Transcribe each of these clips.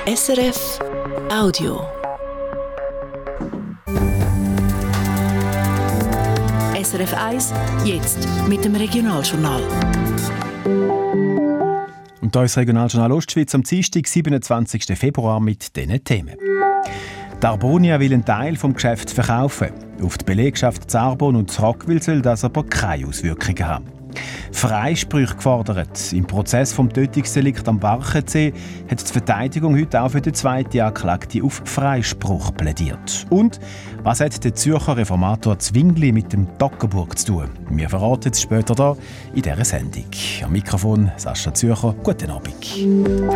SRF Audio. SRF 1, jetzt mit dem Regionaljournal. Und hier ist das Regionaljournal Ostschweiz am Dienstag, 27. Februar mit diesen Themen. Die Arbonia will einen Teil des Geschäfts verkaufen. Auf die Belegschaft Zarbon und Rockville soll das aber keine Auswirkungen haben. Freisprüche gefordert. Im Prozess vom Tötungsdelikt am Barchensee hat die Verteidigung heute auch für den zweiten Anklagten auf Freispruch plädiert. Und was hat der Zürcher Reformator Zwingli mit dem Toggenburg zu tun? Wir verraten es später hier in dieser Sendung. Am Mikrofon Sascha Zürcher. Guten Abend.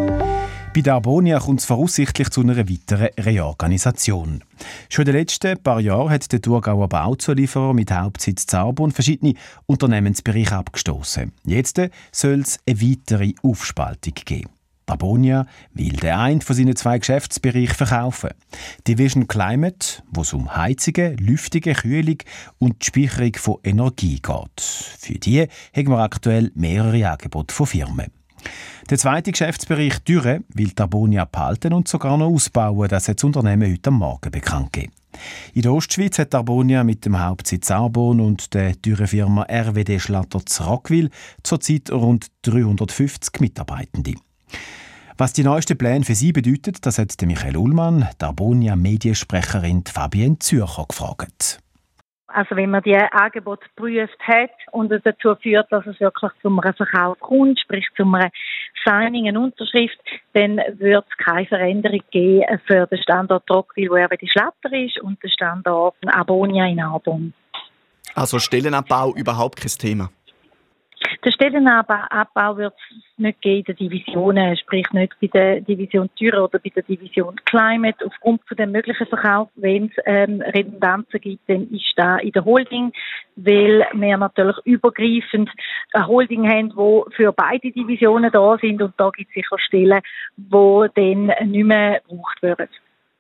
Bei der Arbonia kommt es voraussichtlich zu einer weiteren Reorganisation. Schon in den letzten paar Jahren hat der Thurgauer Bauzulieferer mit Hauptsitz Zarbon verschiedene Unternehmensbereiche abgestoßen. Jetzt soll es eine weitere Aufspaltung geben. Die Arbonia will den einen von seinen 2 Geschäftsbereichen verkaufen. Division Climate, wo es um Heizungen, Lüftungen, Kühlung und die Speicherung von Energie geht. Für die haben wir aktuell mehrere Angebote von Firmen. Der zweite Geschäftsbereich Türe will die Arbonia behalten und sogar noch ausbauen. Das hat das Unternehmen heute Morgen bekannt gegeben. In der Ostschweiz hat die Arbonia mit dem Hauptsitz Arbon und der Türenfirma RWD Schlatter zu Rockville zurzeit rund 350 Mitarbeitende. Was die neuesten Pläne für sie bedeutet, das hat Michael Ullmann, die Arbonia-Mediensprecherin Fabienne Zürcher, gefragt. Also wenn man die Angebote geprüft hat und es dazu führt, dass es wirklich zu einem Verkauf kommt, sprich zu einem Signing, eine Unterschrift, dann wird es keine Veränderung geben für den Standort Rockville, wo RWD Schlatter ist, und den Standort Arbonia in Arbon. Also Stellenabbau überhaupt kein Thema? Den Stellenabbau wird es nicht geben in den Divisionen, sprich nicht bei der Division Türe oder bei der Division Climate. Aufgrund von dem möglichen Verkauf, wenn es Redundanzen gibt, dann ist da in der Holding, weil wir natürlich übergreifend eine Holding haben, die für beide Divisionen da sind, und da gibt es sicher Stellen, die dann nicht mehr gebraucht werden.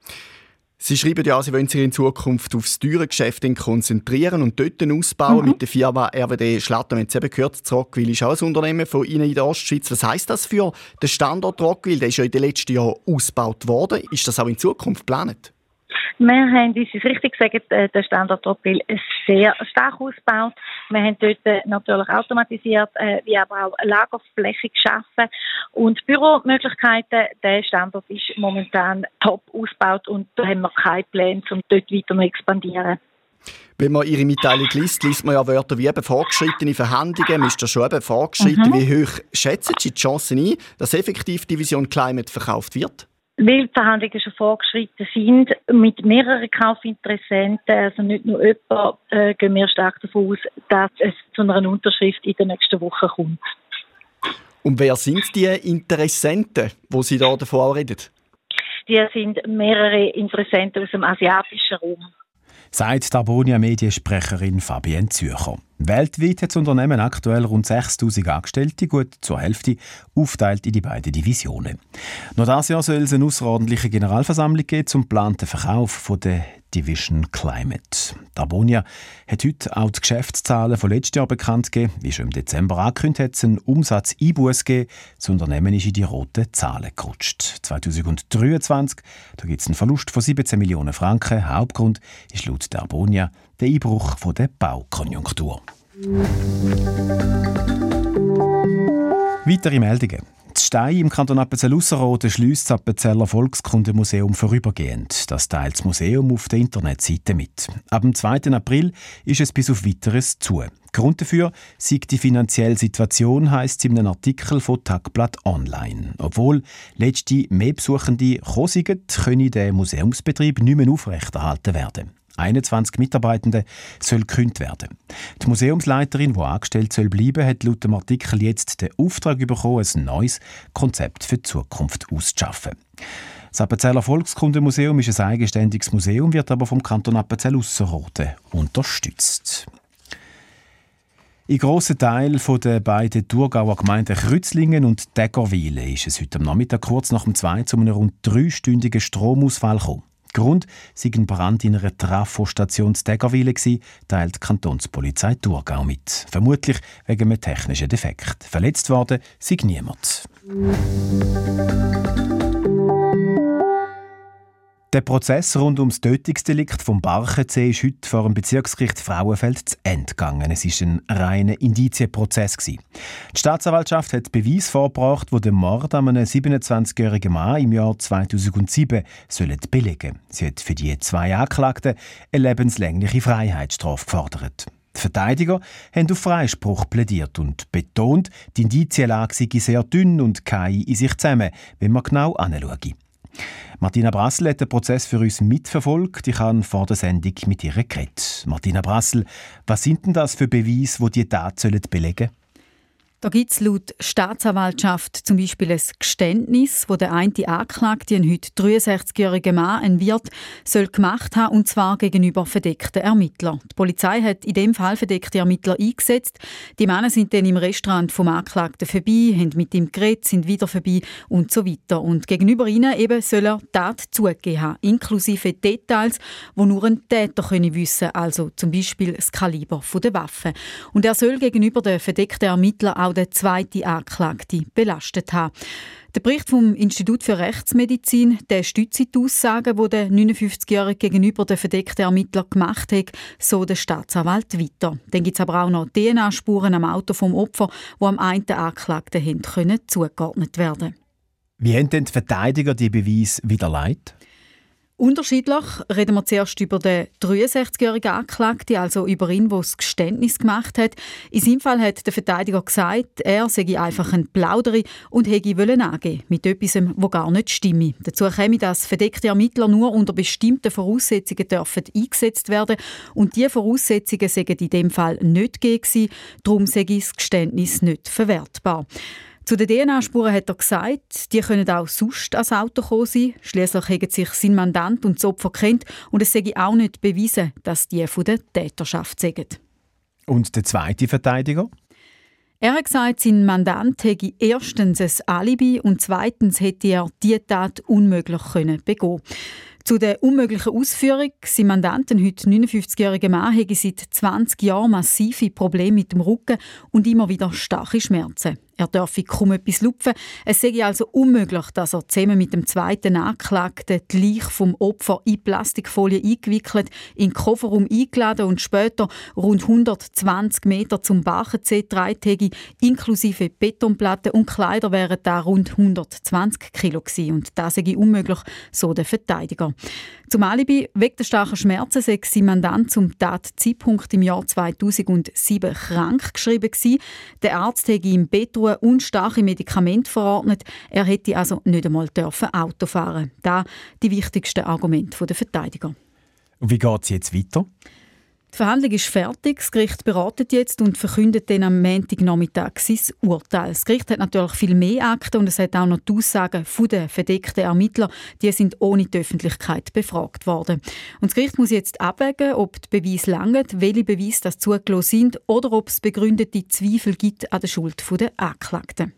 Sie schreiben ja, Sie wollen sich in Zukunft auf das Türengeschäft konzentrieren und dort ausbauen mit der Firma RWD Schlatter. Wir haben es eben gehört, Rockville ist auch ein Unternehmen von Ihnen in der Ostschweiz. Was heisst das für den Standort Rockville? Der ist ja in den letzten Jahren ausgebaut worden. Ist das auch in Zukunft geplant? Wir haben, wie Sie es richtig sagen, den Standort Rockville sehr stark ausgebaut. Wir haben dort natürlich automatisiert, wie aber auch Lagerfläche geschaffen und Büromöglichkeiten. Der Standort ist momentan top ausgebaut und da haben wir keine Pläne, um dort weiter zu expandieren. Wenn man Ihre Mitteilung liest man ja Wörter wie eben fortgeschrittene Verhandlungen. Man ist da schon eben fortgeschritten. Wie hoch schätzen Sie die Chancen ein, dass effektiv Division Climate verkauft wird? Weil die Verhandlungen schon vorgeschritten sind, mit mehreren Kaufinteressenten, also nicht nur jemand, gehen wir stark davon aus, dass es zu einer Unterschrift in den nächsten Wochen kommt. Und wer sind die Interessenten, die Sie da davon reden? Die sind mehrere Interessenten aus dem asiatischen Raum. Sagt die Arbonia-Mediensprecherin Fabienne Zürcher. Weltweit hat das Unternehmen aktuell rund 6'000 Angestellte, gut zur Hälfte aufteilt in die beiden Divisionen. Noch dieses Jahr soll es eine außerordentliche Generalversammlung geben zum geplanten Verkauf von der Division Climate. Die Arbonia hat heute auch die Geschäftszahlen von letztes Jahr bekannt gegeben. Wie schon im Dezember angekündigt, hat es einen Umsatzeinbuss gegeben. Das Unternehmen ist in die roten Zahlen gerutscht. 2023 gibt es einen Verlust von 17 Millionen Franken. Hauptgrund ist laut der Arbonia der Einbruch der Baukonjunktur. Weitere Meldungen. Die Stein im Kanton Appenzell-Ausserrhoden schliesst das Appenzeller Volkskundemuseum vorübergehend. Das teilt das Museum auf der Internetseite mit. Ab dem 2. April ist es bis auf Weiteres zu. Grund dafür sei die finanzielle Situation, heisst es in einem Artikel von Tagblatt Online. Obwohl letzte mehr Besuchende gekommen sind, könne der Museumsbetrieb nicht mehr aufrechterhalten werden. 21 Mitarbeitende soll gekündigt werden. Die Museumsleiterin, die angestellt soll bleiben, hat laut dem Artikel jetzt den Auftrag bekommen, ein neues Konzept für die Zukunft auszuschaffen. Das Appenzeller Volkskundemuseum ist ein eigenständiges Museum, wird aber vom Kanton Appenzell-Ausserrhoden unterstützt. In grossen Teilen der beiden Thurgauer Gemeinden Krützlingen und Tägerwilen ist es heute am Nachmittag kurz nach dem 2 zu einem rund 3-stündigen Stromausfall gekommen. Grund sei ein Brand in einer Trafostation in Tägerwilen gewesen, teilt die Kantonspolizei Thurgau mit. Vermutlich wegen einem technischen Defekt. Verletzt worden sei niemand. Der Prozess rund ums Tötungsdelikt vom Barchensee ist heute vor dem Bezirksgericht Frauenfeld zu Ende gegangen. Es war ein reiner Indizienprozess. Die Staatsanwaltschaft hat Beweise vorgebracht, die den Mord an einem 27-jährigen Mann im Jahr 2007 belegen sollen. Sie hat für die 2 Anklagten eine lebenslängliche Freiheitsstrafe gefordert. Die Verteidiger haben auf Freispruch plädiert und betont, die Indizienlage sei sehr dünn und keine in sich zusammen, wenn man genau anschaue. Martina Brassel hat den Prozess für uns mitverfolgt. Ich habe vor der Sendung mit ihr geredet. Martina Brassel, was sind denn das für Beweise, die Tat belegen sollen? Da gibt es laut Staatsanwaltschaft zum Beispiel ein Geständnis, wo der eine Anklagte, ein heute 63-jähriger Mann, ein Wirt, soll gemacht haben, und zwar gegenüber verdeckten Ermittlern. Die Polizei hat in dem Fall verdeckte Ermittler eingesetzt. Die Männer sind dann im Restaurant vom Anklagten vorbei, haben mit ihm geredet, sind wieder vorbei und so weiter. Und gegenüber ihnen eben soll er die Tat zugegeben haben, inklusive Details, die nur ein Täter wissen können, also zum Beispiel das Kaliber der Waffe. Und er soll gegenüber den verdeckten Ermittlern auch der zweite Anklagte belastet haben. Der Bericht vom Institut für Rechtsmedizin stützt die Aussagen, die der 59-Jährige gegenüber den verdeckten Ermittlern gemacht hat, so der Staatsanwalt weiter. Dann gibt es aber auch noch DNA-Spuren am Auto vom Opfer, die am einen Anklagten können zugeordnet werden. Wie haben denn die Verteidiger die Beweise widerlegt? Unterschiedlich reden wir zuerst über den 63-jährigen Anklagten, also über ihn, der das Geständnis gemacht hat. In seinem Fall hat der Verteidiger gesagt, er sei einfach ein Plauderer und hätte angeben mit etwas, das gar nicht stimme. Dazu käme, dass verdeckte Ermittler nur unter bestimmten Voraussetzungen dürfen eingesetzt werden, und diese Voraussetzungen seien in dem Fall nicht gegeben, darum sei das Geständnis nicht verwertbar. Zu den DNA-Spuren hat er gesagt, die können auch sonst ans Auto gekommen sein. Schliesslich haben sich sein Mandant und das Opfer kennt, und es sei auch nicht bewiesen, dass die von der Täterschaft seien. Und der zweite Verteidiger? Er hat gesagt, sein Mandant hätte erstens ein Alibi und zweitens hätte er diese Tat unmöglich begehen können. Zu der unmöglichen Ausführung: Sein Mandant, ein heute 59-jähriger Mann, hätte seit 20 Jahren massive Probleme mit dem Rücken und immer wieder starke Schmerzen. Er dürfe kaum etwas lupfen. Es sei also unmöglich, dass er zusammen mit dem zweiten Anklagten die Leiche vom Opfer in Plastikfolie eingewickelt, in den Kofferraum eingeladen und später rund 120 Meter zum Barchensee getragen hätte, inklusive Betonplatten und Kleider wären da rund 120 Kilo gewesen. Und das sei unmöglich, so der Verteidiger. Zum Alibi: wegen der starken Schmerzen sei sein Mandant zum Tatzeitpunkt im Jahr 2007 krank geschrieben gewesen. Der Arzt hätte ihm Bettruhe und starke Medikamente verordnet. Er hätte also nicht einmal Auto fahren. Das die wichtigsten Argumente der Verteidiger. Und wie geht es jetzt weiter? Die Verhandlung ist fertig. Das Gericht beratet jetzt und verkündet dann am Montagnachmittag sein Urteil. Das Gericht hat natürlich viel mehr Akten und es hat auch noch die Aussagen der verdeckten Ermittler. Die sind ohne die Öffentlichkeit befragt worden. Und das Gericht muss jetzt abwägen, ob die Beweise langen, welche Beweise das zugelassen sind oder ob es begründete Zweifel gibt an der Schuld der Anklagten.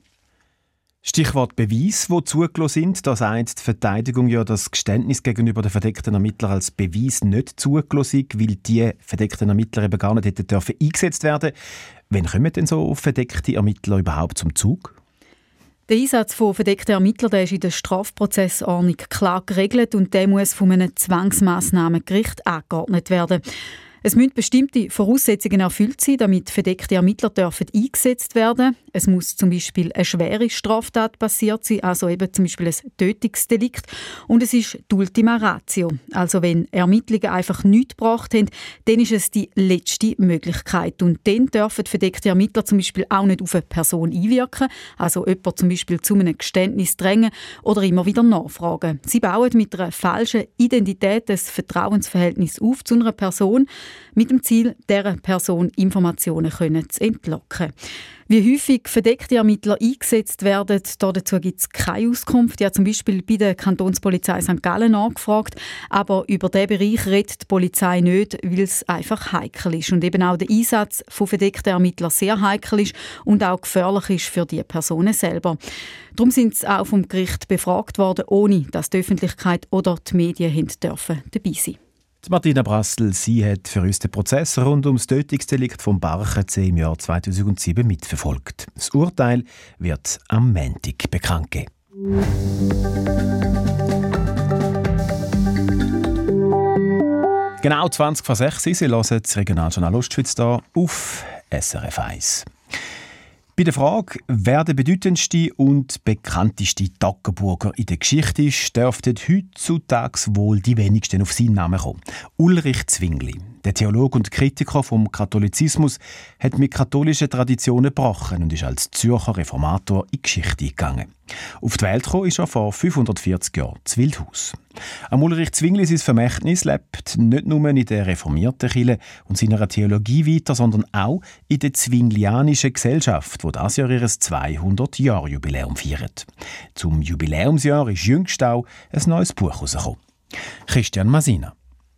Stichwort Beweis, die zugelassen sind. Da sagt die Verteidigung ja, das Geständnis gegenüber den verdeckten Ermittlern als Beweis nicht zugelassen, weil die verdeckten Ermittler eben gar nicht hätten dürfen eingesetzt werden. Wann kommen denn so verdeckte Ermittler überhaupt zum Zug? Der Einsatz von verdeckten Ermittlern ist in der Strafprozessordnung klar geregelt und der muss von einem Zwangsmassnahmengericht angeordnet werden. Es müssen bestimmte Voraussetzungen erfüllt sein, damit verdeckte Ermittler dürfen eingesetzt werden. Es muss zum Beispiel eine schwere Straftat passiert sein, also eben zum Beispiel ein Tötungsdelikt. Und es ist die Ultima Ratio. Also wenn Ermittlungen einfach nichts gebracht haben, dann ist es die letzte Möglichkeit. Und dann dürfen verdeckte Ermittler zum Beispiel auch nicht auf eine Person einwirken, also jemanden zum Beispiel zu einem Geständnis drängen oder immer wieder nachfragen. Sie bauen mit einer falschen Identität das Vertrauensverhältnis auf zu einer Person, mit dem Ziel, dieser Person Informationen zu entlocken. Wie häufig verdeckte Ermittler eingesetzt werden, dazu gibt es keine Auskunft. Ich habe zum Beispiel bei der Kantonspolizei St. Gallen nachgefragt, aber über diesen Bereich redet die Polizei nicht, weil es einfach heikel ist und eben auch der Einsatz von verdeckten Ermittlern sehr heikel ist und auch gefährlich ist für die Personen selber. Darum sind sie auch vom Gericht befragt worden, ohne dass die Öffentlichkeit oder die Medien dabei sein. Martina Brassel, sie hat für uns den Prozess rund ums Tötungsdelikt vom Barchensee im Jahr 2007 mitverfolgt. Das Urteil wird am Montag bekannt gegeben. Genau 20 vor 6 Uhr. Sie hören das Regionaljournal Ostschweiz hier auf SRF 1. Bei der Frage, wer der bedeutendste und bekannteste Toggenburger in der Geschichte ist, dürften heutzutage wohl die wenigsten auf seinen Namen kommen. Ulrich Zwingli, der Theologe und Kritiker vom Katholizismus, hat mit katholischen Traditionen gebrochen und ist als Zürcher Reformator in die Geschichte gegangen. Auf die Welt gekommen ist er vor 540 Jahren zu Wildhaus. Am Ulrich Zwingli sein Vermächtnis lebt nicht nur in der reformierten Kirche und seiner Theologie weiter, sondern auch in der zwinglianischen Gesellschaft, die dieses Jahr ihr 200-Jahr-Jubiläum feiert. Zum Jubiläumsjahr ist jüngst auch ein neues Buch herausgekommen. Christian Masina.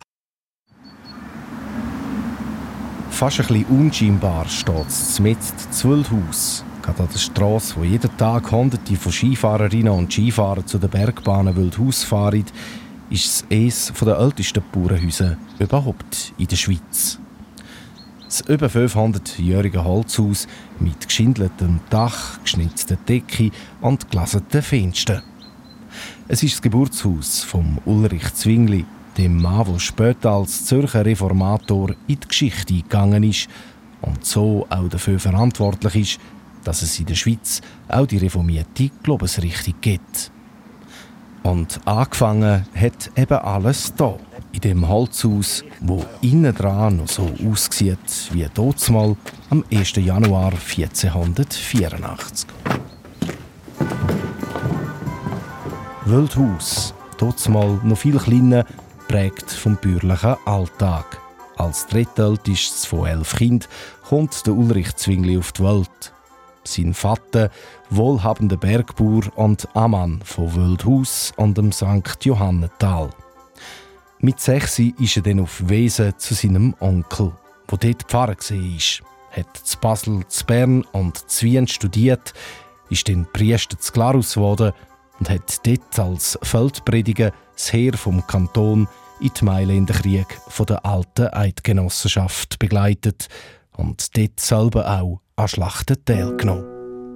Fast ein bisschen unscheinbar steht es mitten zu Wildhaus. Gerade an der Strasse, wo jeden Tag Hunderte von Skifahrerinnen und Skifahrern zu den Bergbahnen Wildhaus fahren, ist es eines der ältesten Bauernhäuser überhaupt in der Schweiz. Das über 500-jährige Holzhaus mit geschindeltem Dach, geschnitzter Decke und glaseten Fenstern. Es ist das Geburtshaus von Ulrich Zwingli, dem Mann, der später als Zürcher Reformator in die Geschichte gegangen ist und so auch dafür verantwortlich ist, dass es in der Schweiz auch die reformierte Glaubensrichtung gibt. Und angefangen hat eben alles hier, in dem Holzhaus, wo innen dran noch so aussieht wie damals am 1. Januar 1484. Wildhaus, damals noch viel kleiner, prägt vom bäuerlichen Alltag. Als drittältestes von 11 Kindern kommt der Ulrich Zwingli auf die Welt. Sein Vater, wohlhabender Bergbauer und Ammann von Wildhaus und dem St. Johannental. Mit 6 ist er dann auf Wesen zu seinem Onkel, der dort Pfarrer war. Hat zu Basel, zu Bern und zu Wien studiert, ist dann Priester zu Glarus geworden und hat dort als Feldprediger das Heer vom Kanton in die Mailänderkrieg von der alten Eidgenossenschaft begleitet und dort selber auch an Schlachten teilgenommen.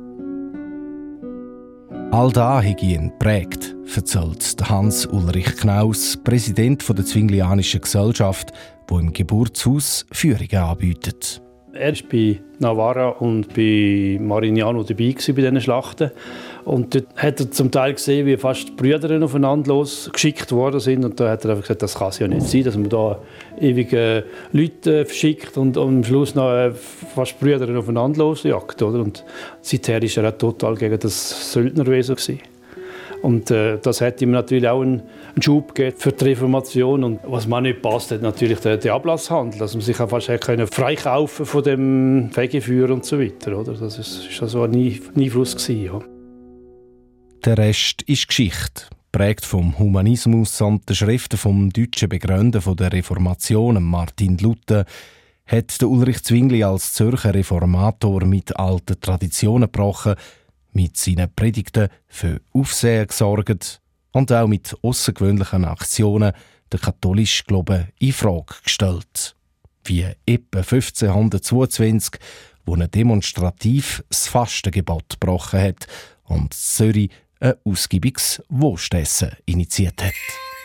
All das hat ihn geprägt, erzählt Hans-Ulrich Knaus, Präsident der Zwinglianischen Gesellschaft, die im Geburtshaus Führungen anbietet. Er war bei Navarra und bei Marignano dabei bei diesen Schlachten. Und dort hat er zum Teil gesehen, wie fast die Brüder aufeinander losgeschickt worden sind. Und da hat er einfach gesagt, das kann es ja nicht sein, dass man da ewige Leute verschickt und am Schluss noch fast Brüder aufeinander losjagt. Und seither war er auch total gegen das Söldnerwesen. Und das hat ihm natürlich auch einen Schub gegeben für die Reformation. Und was mir nicht passt, hat natürlich der Ablasshandel, dass man sich auch fast freikaufen von dem Fegefeuer und so weiter. Oder? Das war also ein Einfluss gewesen, ja. Der Rest ist Geschichte, geprägt vom Humanismus und den Schriften vom deutschen Begründer der Reformation, Martin Luther, hat der Ulrich Zwingli als Zürcher Reformator mit alten Traditionen gebrochen, mit seinen Predigten für Aufsehen gesorgt und auch mit außergewöhnlichen Aktionen den katholischen Glauben in Frage gestellt. Wie etwa 1522, wo er demonstrativ das Fastengebot gebrochen hat und Zürich ein ausgiebiges Wurstessen initiiert hat.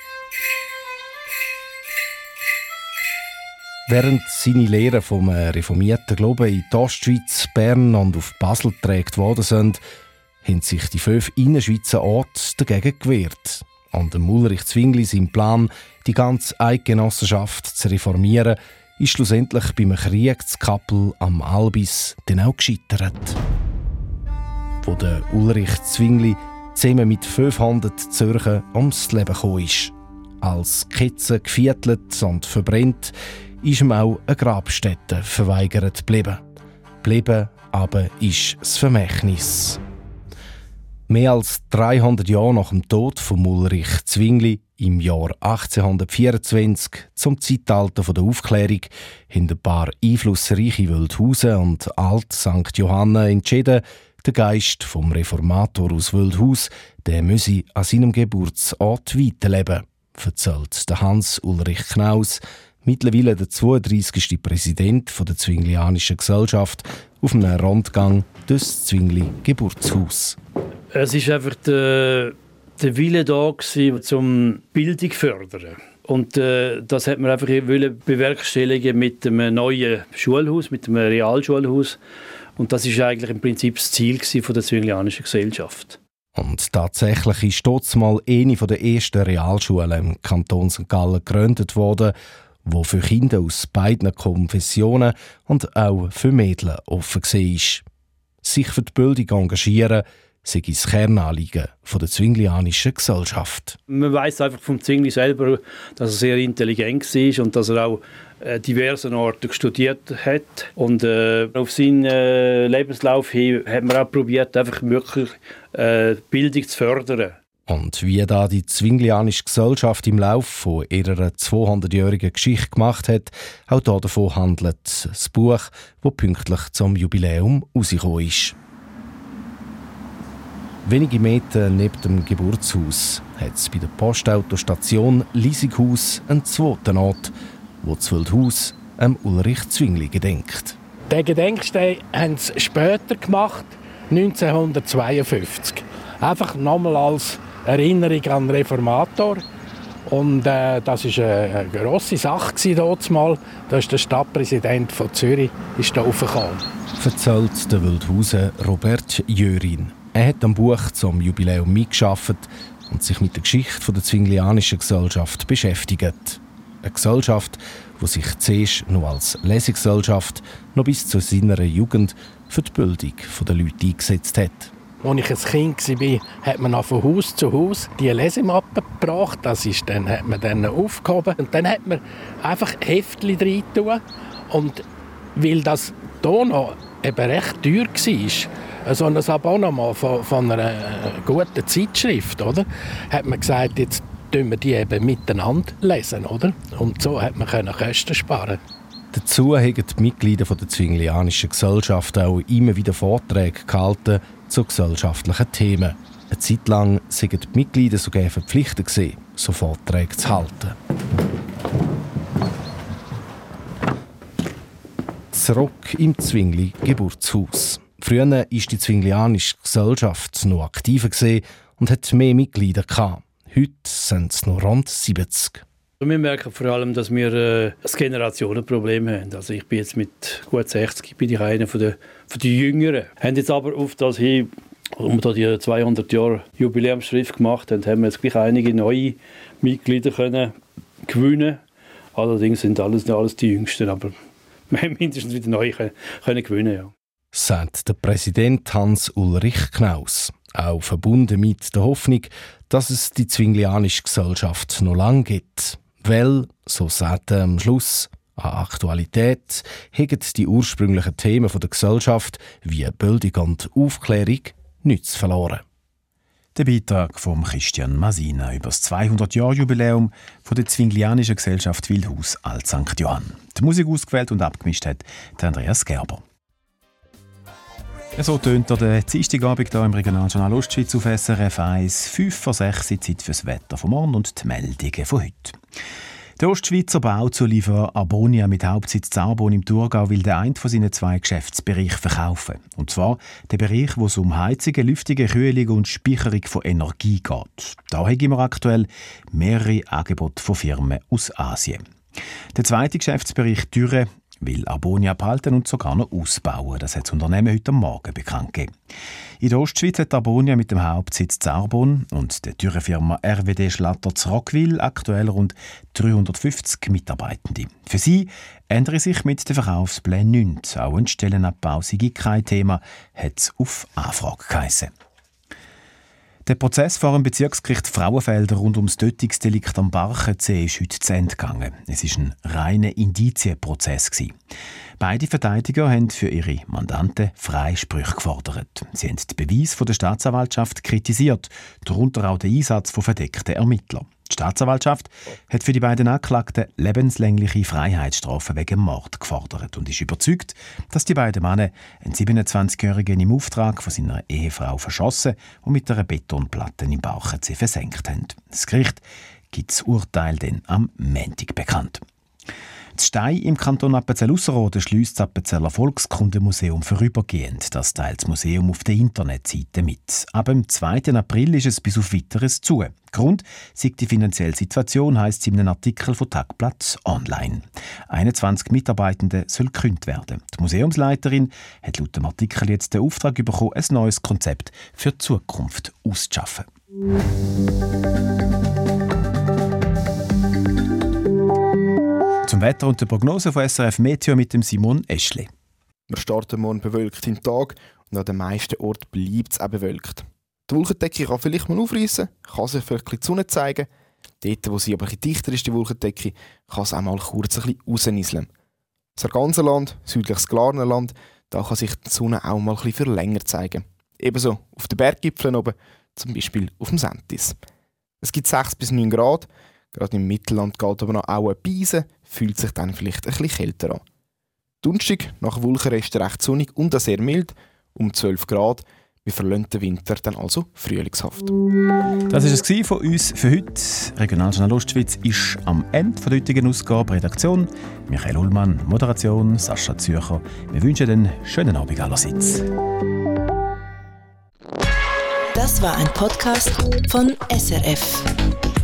Während seine Lehren vom reformierten Glauben in die Ostschweiz, Bern und auf Basel getragen worden sind, haben sich die 5 Innerschweizer Orte dagegen gewehrt. An dem Ulrich Zwingli sein Plan, die ganze Eidgenossenschaft zu reformieren, ist schlussendlich beim Krieg zu Kappel am Albis dann auch gescheitert. Wo der Ulrich Zwingli zusammen mit 500 Zürcher ums Leben gekommen ist. Als Ketze geviertelt und verbrennt, ist ihm auch eine Grabstätte verweigert geblieben. Geblieben aber ist das Vermächtnis. Mehr als 300 Jahre nach dem Tod von Ulrich Zwingli im Jahr 1824, zum Zeitalter der Aufklärung, haben ein paar einflussreiche Wildhausen und Alt-St. Johanna entschieden, der Geist vom Reformator aus Wildhaus, der müsse an seinem Geburtsort weiterleben, erzählt Hans-Ulrich Knaus, mittlerweile der 32. Präsident der Zwinglianischen Gesellschaft, auf einem Rundgang durchs Zwingli-Geburtshaus. Es war einfach der Wille da, um Bildung zu fördern. Und das hat man einfach bewerkstelligen mit einem neuen Schulhaus, mit einem Realschulhaus. Und das ist eigentlich im Prinzip das Ziel von der zwinglianischen Gesellschaft. Und tatsächlich ist dort mal eine der ersten Realschulen im Kanton St. Gallen gegründet worden, wo für Kinder aus beiden Konfessionen und auch für Mädchen offen war. Sich für die Bildung engagieren, sei das Kernanliegen der zwinglianischen Gesellschaft. Man weiss einfach vom Zwingli selber, dass er sehr intelligent war und dass er auch diversen Orten studiert hat. Und auf seinen Lebenslauf hin hat man auch probiert, einfach wirklich Bildung zu fördern. Und wie da die zwinglianische Gesellschaft im Laufe von ihrer 200-jährigen Geschichte gemacht hat, auch davon handelt das Buch, das pünktlich zum Jubiläum rausgekommen ist. Wenige Meter neben dem Geburtshaus hat es bei der Postautostation Lisighaus einen zweiten Ort, wo das Wildhaus Ulrich Zwingli gedenkt. Den Gedenkstein haben sie später gemacht, 1952. Einfach nochmal als Erinnerung an den Reformator. Und das war eine grosse Sache damals. Da ist der Stadtpräsident von Zürich da raufgekommen. Erzählt der Wildhauser Robert Jörin. Er hat am Buch zum Jubiläum mitgearbeitet und sich mit der Geschichte der zwinglianischen Gesellschaft beschäftigt. Eine Gesellschaft, die sich zuerst noch als Lesegesellschaft noch bis zu seiner Jugend für die Bildung der Leute eingesetzt hat. Als ich ein Kind war, hat man von Haus zu Haus die Lesemappe gebracht. Das ist dann, hat man dann aufgehoben. Und dann hat man einfach Heftchen rein tun. Und weil das hier noch eben recht teuer war, so ein Abonnement von einer guten Zeitschrift, oder, hat man gesagt, jetzt lesen wir die eben miteinander lesen, oder? Und so hat man Kosten sparen. Dazu haben die Mitglieder der zwinglianischen Gesellschaft auch immer wieder Vorträge gehalten zu gesellschaftlichen Themen. Eine Zeit lang waren die Mitglieder sogar verpflichtet, so Vorträge zu halten. Zurück im Zwingli-Geburtshaus. Früher war die zwinglianische Gesellschaft noch aktiver und hatte mehr Mitglieder. Heute sind es noch rund 70. Wir merken vor allem, dass wir ein Generationenproblem haben. Also ich bin jetzt mit gut 60 bin ich einer von den Jüngeren. Wir haben jetzt aber auf das hin, als wir die 200 Jahre Jubiläumsschrift gemacht haben, haben wir jetzt gleich einige neue Mitglieder können gewinnen. Allerdings sind alles die Jüngsten, aber wir haben mindestens wieder neue können gewinnen. Ja. Sagt der Präsident Hans-Ulrich Knaus. Auch verbunden mit der Hoffnung, dass es die zwinglianische Gesellschaft noch lange gibt. Weil, so sagt er am Schluss, an Aktualität haben die ursprünglichen Themen der Gesellschaft wie Bildung und Aufklärung nichts verloren. Der Beitrag von Christian Masina über das 200-Jahr-Jubiläum der zwinglianischen Gesellschaft Wildhaus Alt St. Johann. Die Musik ausgewählt und abgemischt hat Andreas Gerber. So tönt der Dienstagabend hier im Regionaljournal Ostschweiz auf SRF 1, 5 vor 6 Uhr, Zeit fürs Wetter von morgen und die Meldungen von heute. Der Ostschweizer Bauzulieferer Arbonia mit Hauptsitz Zarbon im Thurgau will den einen von seinen 2 Geschäftsbereichen verkaufen. Und zwar den Bereich, wo es um Heizungen, Lüftungen, Kühlung und Speicherung von Energie geht. Da haben wir aktuell mehrere Angebote von Firmen aus Asien. Der zweite Geschäftsbereich Türe will Arbonia behalten und sogar noch ausbauen. Das hat das Unternehmen heute Morgen bekannt gegeben. In der Ostschweiz hat Arbonia mit dem Hauptsitz Zarbon und der Türenfirma RWD Schlatter zu Roggwil aktuell rund 350 Mitarbeitende. Für sie ändere sich mit den Verkaufsplänen nichts. Auch ein Stellenabbau sei kein Thema, hat es auf Anfrage geheissen. Der Prozess vor dem Bezirksgericht Frauenfelder rund ums Tötungsdelikt am Barchensee ist heute zu Ende gegangen. Es war ein reiner Indizienprozess. Beide Verteidiger haben für ihre Mandanten Freisprüche gefordert. Sie haben die Beweise von der Staatsanwaltschaft kritisiert, darunter auch den Einsatz von verdeckten Ermittlern. Die Staatsanwaltschaft hat für die beiden Anklagten lebenslängliche Freiheitsstrafen wegen Mord gefordert und ist überzeugt, dass die beiden Männer einen 27-Jährigen im Auftrag von seiner Ehefrau verschossen und mit einer Betonplatte im Barchensee versenkt haben. Das Gericht gibt das Urteil dann am Montag bekannt. Das Stein im Kanton Appenzell-Ausserrhoden schliesst das Appenzeller Volkskundemuseum vorübergehend. Das teilt das Museum auf der Internetseite mit. Ab dem 2. April ist es bis auf Weiteres zu. Grund sei die finanzielle Situation, heisst es in einem Artikel von Tagblatt Online. 21 Mitarbeitende sollen gekündigt werden. Die Museumsleiterin hat laut dem Artikel jetzt den Auftrag bekommen, ein neues Konzept für die Zukunft auszuschaffen. Zum Wetter und der Prognose von SRF Meteo mit dem Simon Eschli. Wir starten morgen bewölkt in den Tag und an den meisten Orten bleibt es auch bewölkt. Die Wolkendecke kann vielleicht mal aufreißen, kann sich vielleicht die Sonne zeigen. Dort, wo sie aber ein bisschen dichter ist, die Wolkendecke, kann es auch mal kurz ein bisschen rausnieseln. Das ganze Land, südliches Glarnerland, da kann sich die Sonne auch mal ein bisschen für länger zeigen. Ebenso auf den Berggipfeln oben, zum Beispiel auf dem Sentis. Es gibt 6 bis 9 Grad. Gerade im Mittelland geht aber noch auch ein Beisen, fühlt sich dann vielleicht ein bisschen kälter an. Donnerstag nach Wolkenrest recht sonnig und auch sehr mild, um 12 Grad. Wir verlassen den Winter dann also frühlingshaft. Das war es von uns für heute. Regionaljournal Ostschweiz ist am Ende der heutigen Ausgabe. Redaktion Michael Ullmann, Moderation Sascha Zürcher. Wir wünschen einen schönen Abend allerseits. Das war ein Podcast von SRF.